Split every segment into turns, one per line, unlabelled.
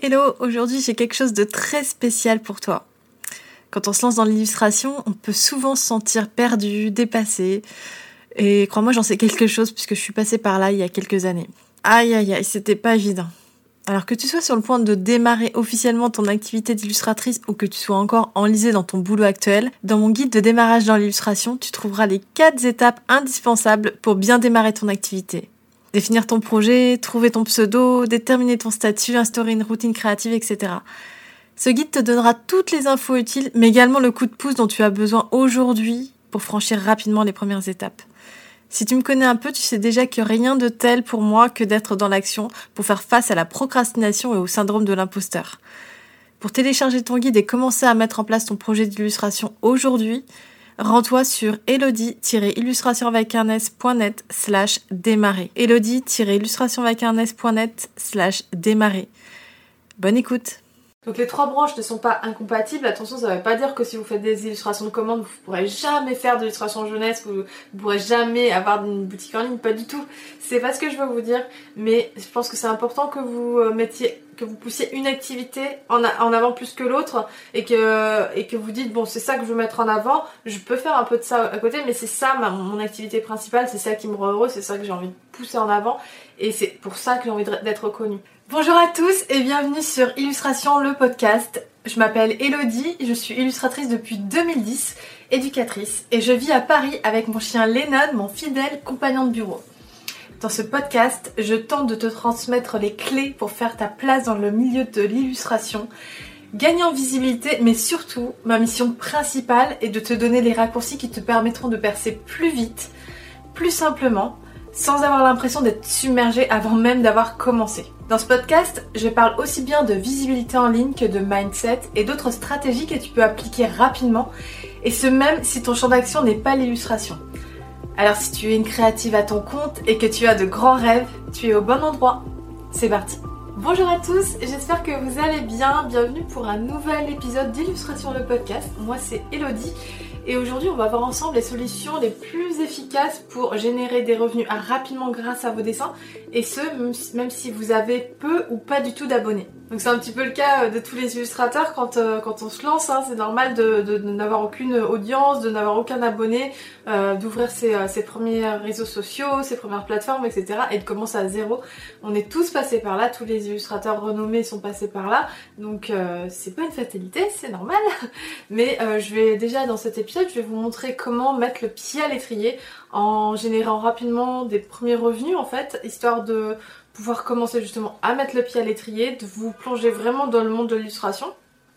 Hello, aujourd'hui j'ai quelque chose de très spécial pour toi. Quand on se lance dans l'illustration, on peut souvent se sentir perdu, dépassé. Et crois-moi, j'en sais quelque chose puisque je suis passée par là il y a quelques années. Aïe aïe aïe, c'était pas évident. Alors que tu sois sur le point de démarrer officiellement ton activité d'illustratrice ou que tu sois encore enlisé dans ton boulot actuel, dans mon guide de démarrage dans l'illustration, tu trouveras les 4 étapes indispensables pour bien démarrer ton activité. Définir ton projet, trouver ton pseudo, déterminer ton statut, instaurer une routine créative, etc. Ce guide te donnera toutes les infos utiles, mais également le coup de pouce dont tu as besoin aujourd'hui pour franchir rapidement les premières étapes. Si tu me connais un peu, tu sais déjà que rien de tel pour moi que d'être dans l'action pour faire face à la procrastination et au syndrome de l'imposteur. Pour télécharger ton guide et commencer à mettre en place ton projet d'illustration aujourd'hui, rends-toi sur elodie-illustrationvaincunnes.net/démarrer. elodie-illustrationvaincunnes.net/démarrer. Bonne écoute.
Donc les 3 branches ne sont pas incompatibles. Attention, ça ne veut pas dire que si vous faites des illustrations de commande, vous ne pourrez jamais faire de l'illustration jeunesse, vous ne pourrez jamais avoir une boutique en ligne, pas du tout. C'est pas ce que je veux vous dire, mais je pense que c'est important que vous poussiez une activité en avant plus que l'autre et que vous dites bon, c'est ça que je veux mettre en avant, je peux faire un peu de ça à côté, mais c'est ça mon activité principale, c'est ça qui me rend heureux, c'est ça que j'ai envie de pousser en avant et c'est pour ça que j'ai envie d'être reconnue. Bonjour à tous et bienvenue sur Illustration, le podcast. Je m'appelle Elodie, je suis illustratrice depuis 2010, éducatrice, et je vis à Paris avec mon chien Lennon, mon fidèle compagnon de bureau. Dans ce podcast, je tente de te transmettre les clés pour faire ta place dans le milieu de l'illustration, gagner en visibilité, mais surtout, ma mission principale est de te donner les raccourcis qui te permettront de percer plus vite, plus simplement, sans avoir l'impression d'être submergé avant même d'avoir commencé. Dans ce podcast, je parle aussi bien de visibilité en ligne que de mindset et d'autres stratégies que tu peux appliquer rapidement, et ce même si ton champ d'action n'est pas l'illustration. Alors si tu es une créative à ton compte et que tu as de grands rêves, tu es au bon endroit. C'est parti. Bonjour à tous, j'espère que vous allez bien. Bienvenue pour un nouvel épisode d'Illustration le podcast. Moi c'est Elodie. Et aujourd'hui, on va voir ensemble les solutions les plus efficaces pour générer des revenus rapidement grâce à vos dessins, et ce, même si vous avez peu ou pas du tout d'abonnés. Donc c'est un petit peu le cas de tous les illustrateurs quand on se lance, hein, c'est normal de n'avoir aucune audience, de n'avoir aucun abonné, d'ouvrir ses premiers réseaux sociaux, ses premières plateformes, etc. et de commencer à zéro. On est tous passés par là, tous les illustrateurs renommés sont passés par là, donc c'est pas une fatalité, c'est normal. Mais je vais déjà dans cet épisode, je vais vous montrer comment mettre le pied à l'étrier en générant rapidement des premiers revenus en fait, histoire de pouvoir commencer justement à mettre le pied à l'étrier, de vous plonger vraiment dans le monde de l'illustration,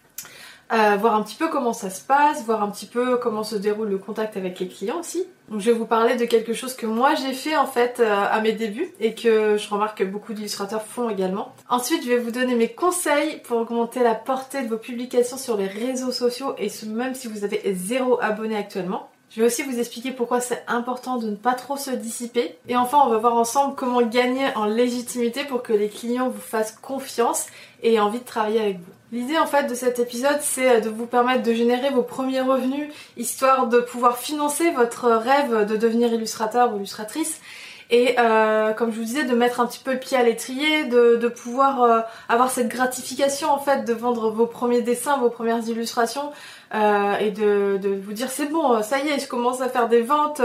voir un petit peu comment ça se passe, voir un petit peu comment se déroule le contact avec les clients aussi. Donc je vais vous parler de quelque chose que moi j'ai fait en fait à mes débuts et que je remarque que beaucoup d'illustrateurs font également. Ensuite je vais vous donner mes conseils pour augmenter la portée de vos publications sur les réseaux sociaux, et ce même si vous avez 0 abonné actuellement. Je vais aussi vous expliquer pourquoi c'est important de ne pas trop se dissiper. Et enfin, on va voir ensemble comment gagner en légitimité pour que les clients vous fassent confiance et aient envie de travailler avec vous. L'idée en fait de cet épisode, c'est de vous permettre de générer vos premiers revenus, histoire de pouvoir financer votre rêve de devenir illustrateur ou illustratrice. Et comme je vous disais, de mettre un petit peu le pied à l'étrier, de pouvoir avoir cette gratification en fait de vendre vos premiers dessins, vos premières illustrations, et de vous dire c'est bon, ça y est, je commence à faire des ventes,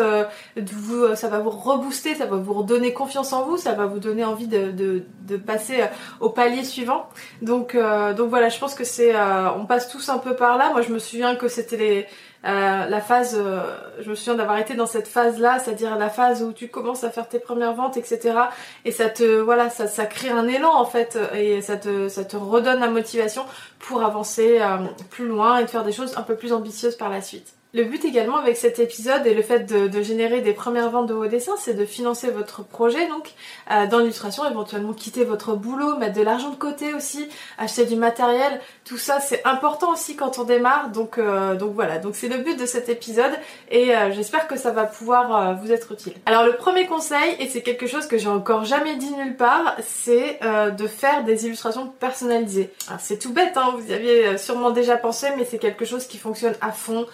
ça va vous rebooster, ça va vous redonner confiance en vous, ça va vous donner envie de passer au palier suivant. Donc voilà, je pense que on passe tous un peu par là. Moi je me souviens que c'était la phase, je me souviens d'avoir été dans cette phase là, c'est-à-dire la phase où tu commences à faire tes premières ventes, etc. et ça crée un élan en fait, et ça te redonne la motivation pour avancer plus loin et de faire des choses un peu plus ambitieuses par la suite. Le but également avec cet épisode et le fait de générer des premières ventes de vos dessins, c'est de financer votre projet donc dans l'illustration, éventuellement quitter votre boulot, mettre de l'argent de côté aussi, acheter du matériel, tout ça c'est important aussi quand on démarre, donc voilà, donc c'est le but de cet épisode et j'espère que ça va pouvoir vous être utile. Alors le premier conseil, et c'est quelque chose que j'ai encore jamais dit nulle part, c'est de faire des illustrations personnalisées. Alors c'est tout bête, hein, vous y aviez sûrement déjà pensé, mais c'est quelque chose qui fonctionne à fond, de faire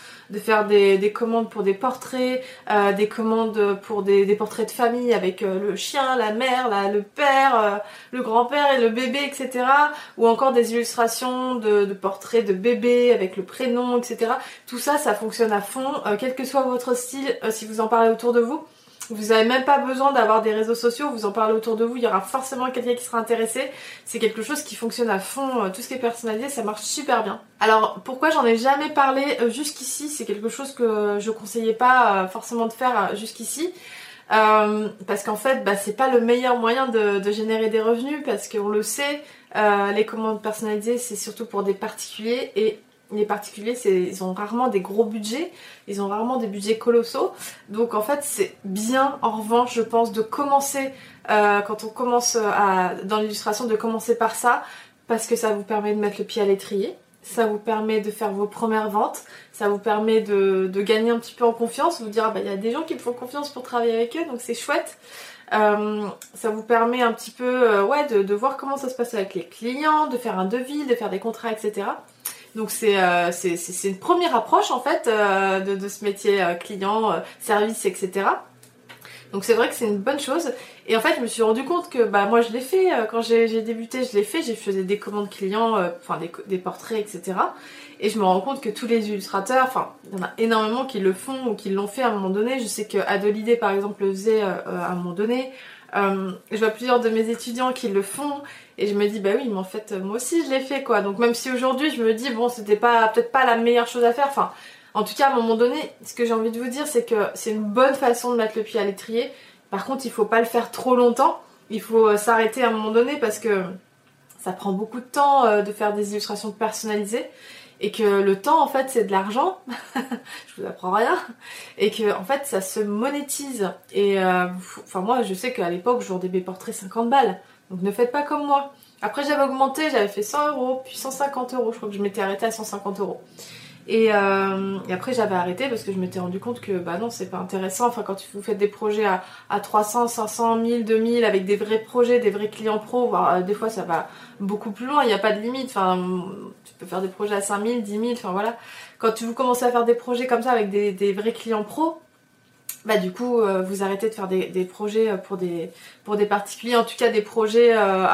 faire des commandes pour des portraits, des commandes pour des portraits de famille avec le chien, la mère, le père, le grand-père et le bébé, etc. Ou encore des illustrations de portraits de bébés avec le prénom, etc. Tout ça, ça fonctionne à fond, quel que soit votre style, si vous en parlez autour de vous. Vous n'avez même pas besoin d'avoir des réseaux sociaux, vous en parlez autour de vous, il y aura forcément quelqu'un qui sera intéressé. C'est quelque chose qui fonctionne à fond, tout ce qui est personnalisé, ça marche super bien. Alors pourquoi j'en ai jamais parlé jusqu'ici, c'est quelque chose que je conseillais pas forcément de faire jusqu'ici. Parce qu'en fait, c'est pas le meilleur moyen de générer des revenus, parce qu'on le sait, les commandes personnalisées c'est surtout pour des particuliers, et les particuliers, ils ont rarement des gros budgets, ils ont rarement des budgets colossaux. Donc en fait, c'est bien, en revanche, je pense, de commencer, quand on commence dans l'illustration, de commencer par ça, parce que ça vous permet de mettre le pied à l'étrier, ça vous permet de faire vos premières ventes, ça vous permet de gagner un petit peu en confiance, vous dire, il y a des gens qui me font confiance pour travailler avec eux, donc c'est chouette. Ça vous permet un petit peu de voir comment ça se passe avec les clients, de faire un devis, de faire des contrats, etc. Donc c'est une première approche en fait de ce métier client, service, etc. Donc c'est vrai que c'est une bonne chose. Et en fait je me suis rendu compte que moi je l'ai fait, quand j'ai débuté je l'ai fait, j'ai fait des commandes clients, des portraits, etc. Et je me rends compte que tous les illustrateurs, il y en a énormément qui le font ou qui l'ont fait à un moment donné. Je sais que Adolidé par exemple le faisait à un moment donné. Je vois plusieurs de mes étudiants qui le font et je me dis oui mais en fait moi aussi je l'ai fait quoi. Donc même si aujourd'hui je me dis bon c'était peut-être pas la meilleure chose à faire, en tout cas à un moment donné ce que j'ai envie de vous dire c'est que c'est une bonne façon de mettre le pied à l'étrier. Par contre il faut pas le faire trop longtemps, il faut s'arrêter à un moment donné parce que ça prend beaucoup de temps de faire des illustrations personnalisées. Et que le temps en fait c'est de l'argent, je vous apprends rien, et que en fait ça se monétise. Et moi je sais qu'à l'époque je vendais mes portraits 50 balles, donc ne faites pas comme moi. Après j'avais augmenté, j'avais fait 100 €, puis 150 €, je crois que je m'étais arrêtée à 150 €. Et après j'avais arrêté parce que je m'étais rendu compte que non c'est pas intéressant, quand vous faites des projets à 300, 500, 1000, 2000 avec des vrais projets, des vrais clients pro, voire des fois ça va beaucoup plus loin, il n'y a pas de limite, tu peux faire des projets à 5000, 10 000, voilà. Quand vous commencez à faire des projets comme ça avec des vrais clients pro, du coup vous arrêtez de faire des projets pour des particuliers, en tout cas des projets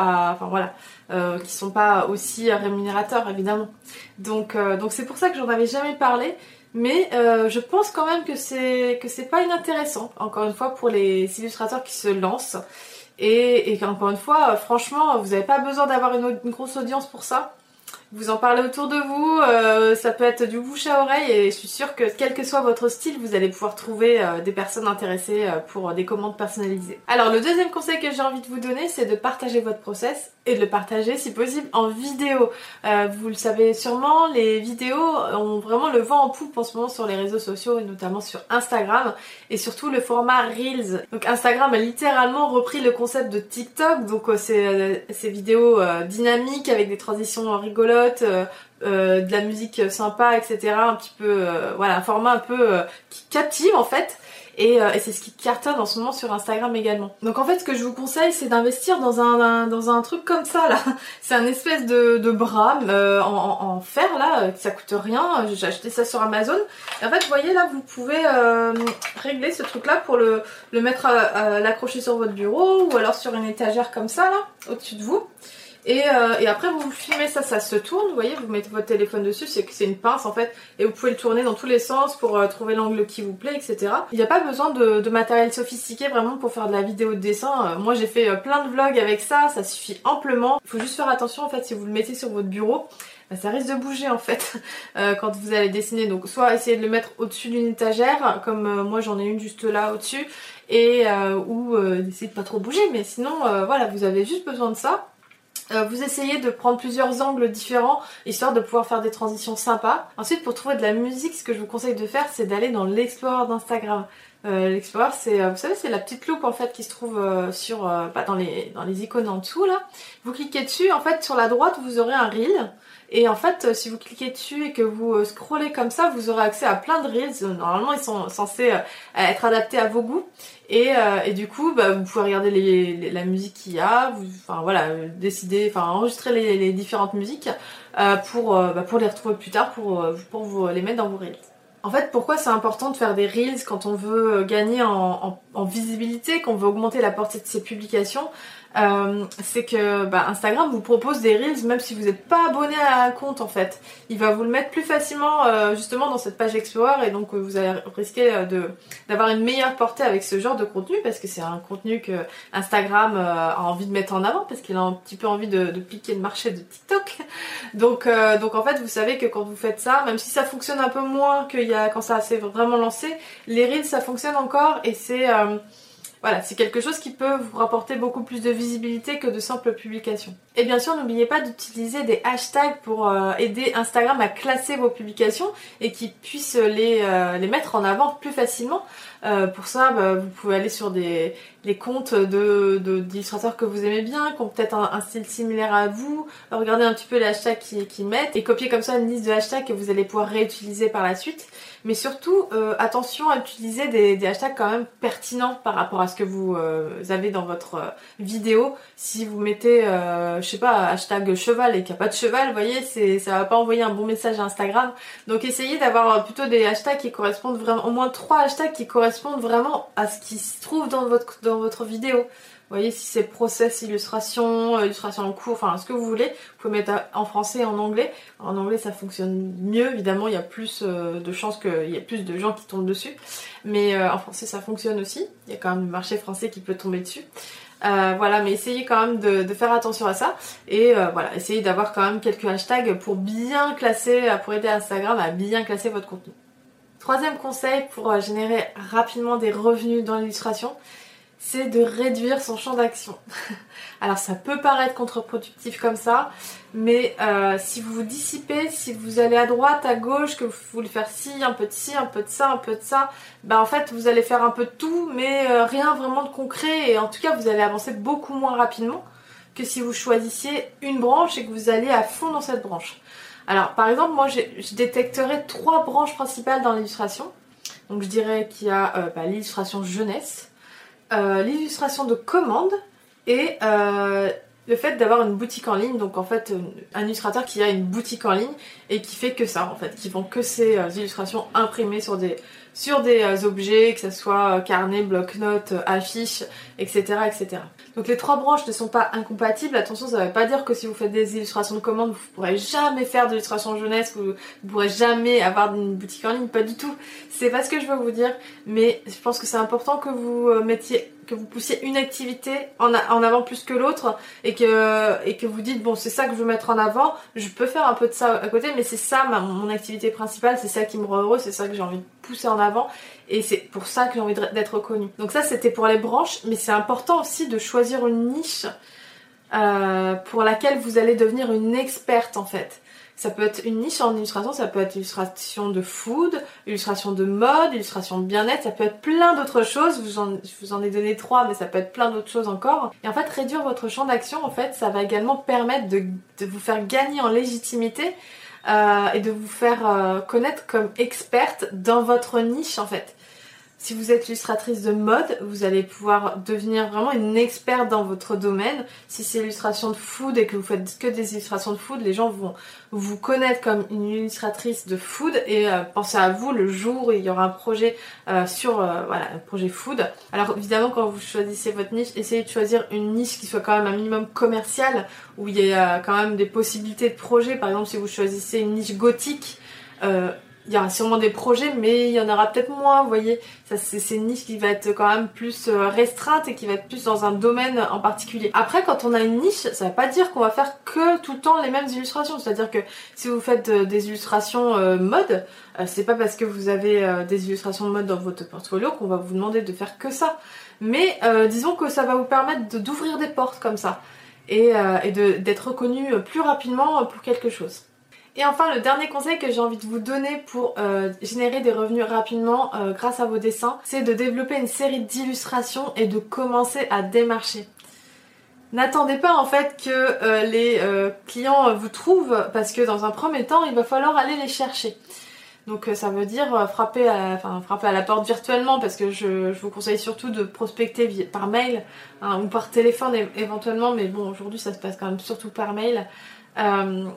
qui sont pas aussi rémunérateurs évidemment. Donc c'est pour ça que j'en avais jamais parlé, mais je pense quand même que c'est pas inintéressant, encore une fois pour les illustrateurs qui se lancent, et encore une fois franchement vous n'avez pas besoin d'avoir une grosse audience pour ça. Vous en parlez autour de vous, ça peut être du bouche à oreille, et je suis sûre que quel que soit votre style, vous allez pouvoir trouver des personnes intéressées pour des commandes personnalisées. Alors le deuxième conseil que j'ai envie de vous donner, c'est de partager votre process et de le partager si possible en vidéo. Vous le savez sûrement, les vidéos ont vraiment le vent en poupe en ce moment sur les réseaux sociaux, et notamment sur Instagram, et surtout le format Reels. Donc Instagram a littéralement repris le concept de TikTok, donc c'est ces vidéos dynamiques avec des transitions rigolotes, de la musique sympa, etc. Un petit peu, un format un peu qui captive en fait. Et c'est ce qui cartonne en ce moment sur Instagram également. Donc en fait ce que je vous conseille c'est d'investir dans un truc comme ça là. C'est un espèce de bras en fer là, ça coûte rien, j'ai acheté ça sur Amazon. Et en fait vous voyez là vous pouvez régler ce truc là pour le mettre l'accrocher sur votre bureau, ou alors sur une étagère comme ça là, au-dessus de vous. Et après vous filmez ça se tourne, vous voyez, vous mettez votre téléphone dessus, c'est une pince en fait, et vous pouvez le tourner dans tous les sens pour trouver l'angle qui vous plaît, etc. Il n'y a pas besoin de matériel sophistiqué vraiment pour faire de la vidéo de dessin. Moi j'ai fait plein de vlogs avec ça suffit amplement. Il faut juste faire attention en fait, si vous le mettez sur votre bureau, ça risque de bouger en fait quand vous allez dessiner. Donc soit essayez de le mettre au-dessus d'une étagère, comme moi j'en ai une juste là au-dessus, ou d'essayer de pas trop bouger, mais sinon vous avez juste besoin de ça. Vous essayez de prendre plusieurs angles différents, histoire de pouvoir faire des transitions sympas. Ensuite, pour trouver de la musique, ce que je vous conseille de faire, c'est d'aller dans l'Explorer d'Instagram. L'Explorer, vous savez, c'est la petite loupe en fait qui se trouve dans les icônes en dessous là. Vous cliquez dessus, en fait sur la droite vous aurez un reel. Et en fait, si vous cliquez dessus et que vous scrollez comme ça, vous aurez accès à plein de reels. Normalement, ils sont censés être adaptés à vos goûts. Et du coup, vous pouvez regarder la musique qu'il y a, décider, enregistrer les différentes musiques pour les retrouver plus tard, pour vous les mettre dans vos reels. En fait, pourquoi c'est important de faire des reels quand on veut gagner en visibilité, qu'on veut augmenter la portée de ses publications, c'est que Instagram vous propose des reels même si vous n'êtes pas abonné à un compte en fait. Il va vous le mettre plus facilement justement dans cette page Explorer et donc vous allez risquer d'avoir une meilleure portée avec ce genre de contenu parce que c'est un contenu que Instagram a envie de mettre en avant parce qu'il a un petit peu envie de piquer le marché de TikTok. Donc en fait vous savez que quand vous faites ça, même si ça fonctionne un peu moins quand ça s'est vraiment lancé, les reels ça fonctionne encore et c'est voilà, c'est quelque chose qui peut vous rapporter beaucoup plus de visibilité que de simples publications. Et bien sûr, n'oubliez pas d'utiliser des hashtags pour aider Instagram à classer vos publications et qu'ils puissent les mettre en avant plus facilement. Pour ça, vous pouvez aller sur les comptes d'illustrateurs que vous aimez bien, qui ont peut-être un style similaire à vous, regardez un petit peu les hashtags qu'ils mettent et copier comme ça une liste de hashtags que vous allez pouvoir réutiliser par la suite. Mais surtout, attention à utiliser des hashtags quand même pertinents par rapport à ce que vous avez dans votre vidéo. Si vous mettez, je sais pas, hashtag cheval et qu'il n'y a pas de cheval, vous voyez, ça va pas envoyer un bon message à Instagram. Donc essayez d'avoir plutôt des hashtags qui correspondent vraiment, au moins 3 hashtags qui correspondent vraiment à ce qui se trouve dans votre vidéo. Vous voyez, si c'est process, illustration, illustration en cours, enfin ce que vous voulez, vous pouvez mettre en français et en anglais. En anglais ça fonctionne mieux, évidemment il y a plus de chances qu'il y ait plus de gens qui tombent dessus. Mais en français ça fonctionne aussi, il y a quand même le marché français qui peut tomber dessus. Voilà, mais essayez quand même de faire attention à ça. Et voilà, essayez d'avoir quand même quelques hashtags pour bien classer, pour aider Instagram à bien classer votre contenu. Troisième conseil pour générer rapidement des revenus dans l'illustration, c'est de réduire son champ d'action. Alors ça peut paraître contre-productif comme ça, mais si vous vous dissipez, si vous allez à droite, à gauche, que vous voulez faire un peu de ci, un peu de ça, un peu de ça, en fait vous allez faire un peu de tout, mais rien vraiment de concret, et en tout cas vous allez avancer beaucoup moins rapidement que si vous choisissiez une branche et que vous alliez à fond dans cette branche. Alors par exemple, moi je détecterai 3 branches principales dans l'illustration. Donc je dirais qu'il y a l'illustration jeunesse, l'illustration de commande et le fait d'avoir une boutique en ligne. Donc en fait un illustrateur qui a une boutique en ligne et qui fait que ça en fait, qui vend que ces illustrations imprimées sur des objets, que ce soit carnet, bloc-notes, affiches, etc., etc. Donc les 3 branches ne sont pas incompatibles. Attention, ça ne veut pas dire que si vous faites des illustrations de commande, vous ne pourrez jamais faire de l'illustration jeunesse, vous ne pourrez jamais avoir une boutique en ligne, pas du tout. C'est pas ce que je veux vous dire, mais je pense que c'est important que vous poussiez une activité en avant plus que l'autre et que vous dites bon, c'est ça que je veux mettre en avant, je peux faire un peu de ça à côté, mais c'est ça mon activité principale, c'est ça qui me rend heureux, c'est ça que j'ai envie de pousser en avant et c'est pour ça que j'ai envie d'être reconnue. Donc ça c'était pour les branches, mais c'est important aussi de choisir une niche pour laquelle vous allez devenir une experte en fait. Ça peut être une niche en illustration, ça peut être illustration de food, illustration de mode, illustration de bien-être, ça peut être plein d'autres choses. Je vous en ai donné 3, mais ça peut être plein d'autres choses encore. Et en fait, réduire votre champ d'action, en fait, ça va également permettre de vous faire gagner en légitimité et de vous faire connaître comme experte dans votre niche, en fait. Si vous êtes illustratrice de mode, vous allez pouvoir devenir vraiment une experte dans votre domaine. Si c'est illustration de food et que vous faites que des illustrations de food, les gens vont vous connaître comme une illustratrice de food et pensez à vous le jour où il y aura un projet un projet food. Alors évidemment, quand vous choisissez votre niche, essayez de choisir une niche qui soit quand même un minimum commerciale, où il y a quand même des possibilités de projet. Par exemple, si vous choisissez une niche gothique, il y aura sûrement des projets, mais il y en aura peut-être moins, vous voyez. Ça, c'est une niche qui va être quand même plus restreinte et qui va être plus dans un domaine en particulier. Après, quand on a une niche, ça ne veut pas dire qu'on va faire que tout le temps les mêmes illustrations. C'est-à-dire que si vous faites des illustrations mode, c'est pas parce que vous avez des illustrations de mode dans votre portfolio qu'on va vous demander de faire que ça. Mais disons que ça va vous permettre d'ouvrir des portes comme ça et d'être reconnu plus rapidement pour quelque chose. Et enfin, le dernier conseil que j'ai envie de vous donner pour générer des revenus rapidement grâce à vos dessins, c'est de développer une série d'illustrations et de commencer à démarcher. N'attendez pas en fait que les clients vous trouvent, parce que dans un premier temps, il va falloir aller les chercher. Donc ça veut dire frapper à la porte virtuellement, parce que je vous conseille surtout de prospecter par mail ou par téléphone éventuellement, mais bon, aujourd'hui ça se passe quand même surtout par mail.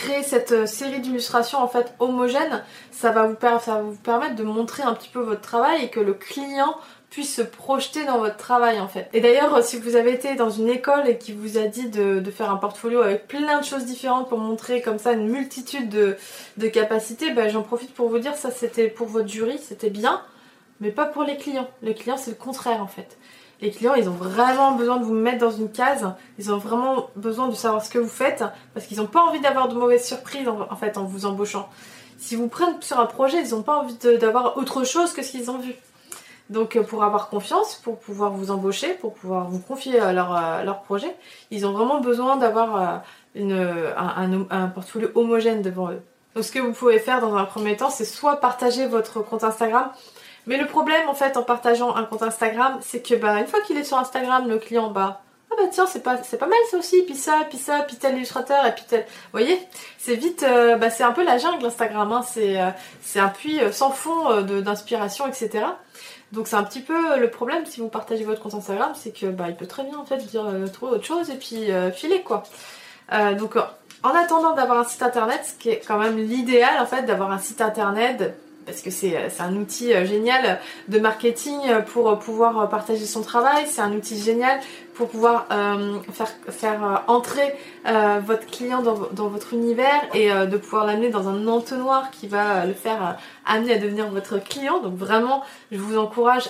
créer cette série d'illustrations en fait homogène, ça va vous permettre de montrer un petit peu votre travail et que le client puisse se projeter dans votre travail en fait. Et d'ailleurs, si vous avez été dans une école et qui vous a dit de faire un portfolio avec plein de choses différentes pour montrer comme ça une multitude de capacités, j'en profite pour vous dire, ça c'était pour votre jury, c'était bien, mais pas pour les clients. Les clients c'est le contraire en fait. Les clients, ils ont vraiment besoin de vous mettre dans une case, ils ont vraiment besoin de savoir ce que vous faites, parce qu'ils n'ont pas envie d'avoir de mauvaises surprises en fait en vous embauchant. Si vous prennent sur un projet, ils n'ont pas envie d'avoir autre chose que ce qu'ils ont vu. Donc pour avoir confiance, pour pouvoir vous embaucher, pour pouvoir vous confier leur projet, ils ont vraiment besoin d'avoir un portfolio homogène devant eux. Donc ce que vous pouvez faire dans un premier temps, c'est soit partager votre compte Instagram. Mais le problème en fait en partageant un compte Instagram, c'est que une fois qu'il est sur Instagram, le client tiens c'est pas mal ça aussi, puis tel illustrateur et puis tel. Vous voyez, c'est vite c'est un peu la jungle Instagram, hein. C'est un puits sans fond d'inspiration, etc. Donc c'est un petit peu le problème si vous partagez votre compte Instagram, c'est que il peut très bien en fait dire trouver autre chose et puis filer quoi. Donc en attendant d'avoir un site internet, ce qui est quand même l'idéal en fait d'avoir un site internet, parce que c'est un outil génial de marketing pour pouvoir partager son travail, c'est un outil génial pour pouvoir faire entrer votre client dans votre univers et de pouvoir l'amener dans un entonnoir qui va le faire amener à devenir votre client. Donc vraiment, je vous encourage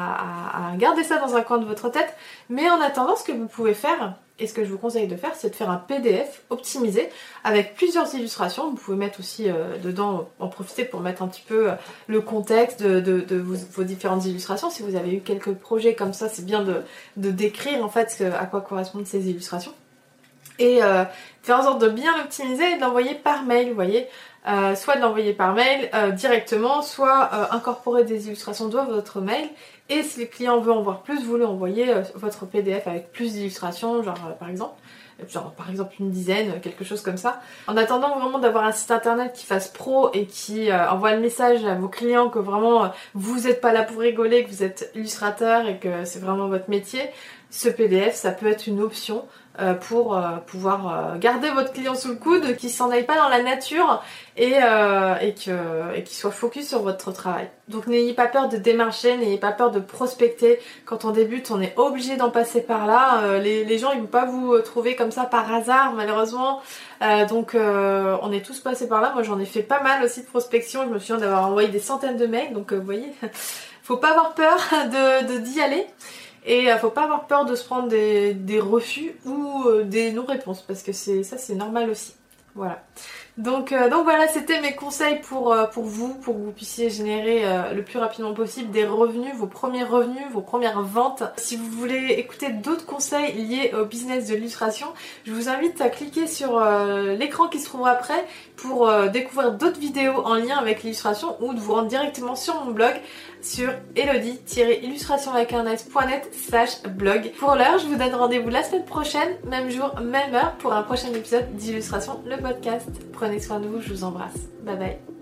à garder ça dans un coin de votre tête. Mais en attendant, ce que vous pouvez faire, et ce que je vous conseille de faire, c'est de faire un PDF optimisé avec plusieurs illustrations. Vous pouvez mettre aussi dedans, en profiter pour mettre un petit peu le contexte de vos différentes illustrations. Si vous avez eu quelques projets comme ça, c'est bien de décrire en fait à quoi correspondent ces illustrations. Et faire en sorte de bien l'optimiser et de l'envoyer par mail, vous voyez. Soit de l'envoyer par mail directement, soit incorporer des illustrations dans votre mail. Et si le client veut en voir plus, vous lui envoyez votre PDF avec plus d'illustrations, par exemple une dizaine, quelque chose comme ça. En attendant vraiment d'avoir un site internet qui fasse pro et qui envoie le message à vos clients que vraiment vous n'êtes pas là pour rigoler, que vous êtes illustrateur et que c'est vraiment votre métier, ce PDF ça peut être une option pour pouvoir garder votre client sous le coude, qu'il s'en aille pas dans la nature et qu'il soit focus sur votre travail. Donc n'ayez pas peur de démarcher, n'ayez pas peur de prospecter. Quand on débute, on est obligé d'en passer par là. Les gens ils vont pas vous trouver comme ça par hasard malheureusement. Donc on est tous passés par là. Moi j'en ai fait pas mal aussi de prospection. Je me souviens d'avoir envoyé des centaines de mails. Donc vous voyez, faut pas avoir peur d'y aller. Et faut pas avoir peur de se prendre des refus ou des non-réponses parce que c'est normal aussi. Voilà. Donc voilà, c'était mes conseils pour vous, pour que vous puissiez générer le plus rapidement possible des revenus, vos premiers revenus, vos premières ventes. Si vous voulez écouter d'autres conseils liés au business de l'illustration, je vous invite à cliquer sur l'écran qui se trouvera après pour découvrir d'autres vidéos en lien avec l'illustration ou de vous rendre directement sur mon blog sur elodie-illustrationavecun.net/blog. Pour l'heure, je vous donne rendez-vous la semaine prochaine, même jour, même heure, pour un prochain épisode d'Illustration, le podcast. Prenez soin de vous, je vous embrasse. Bye bye.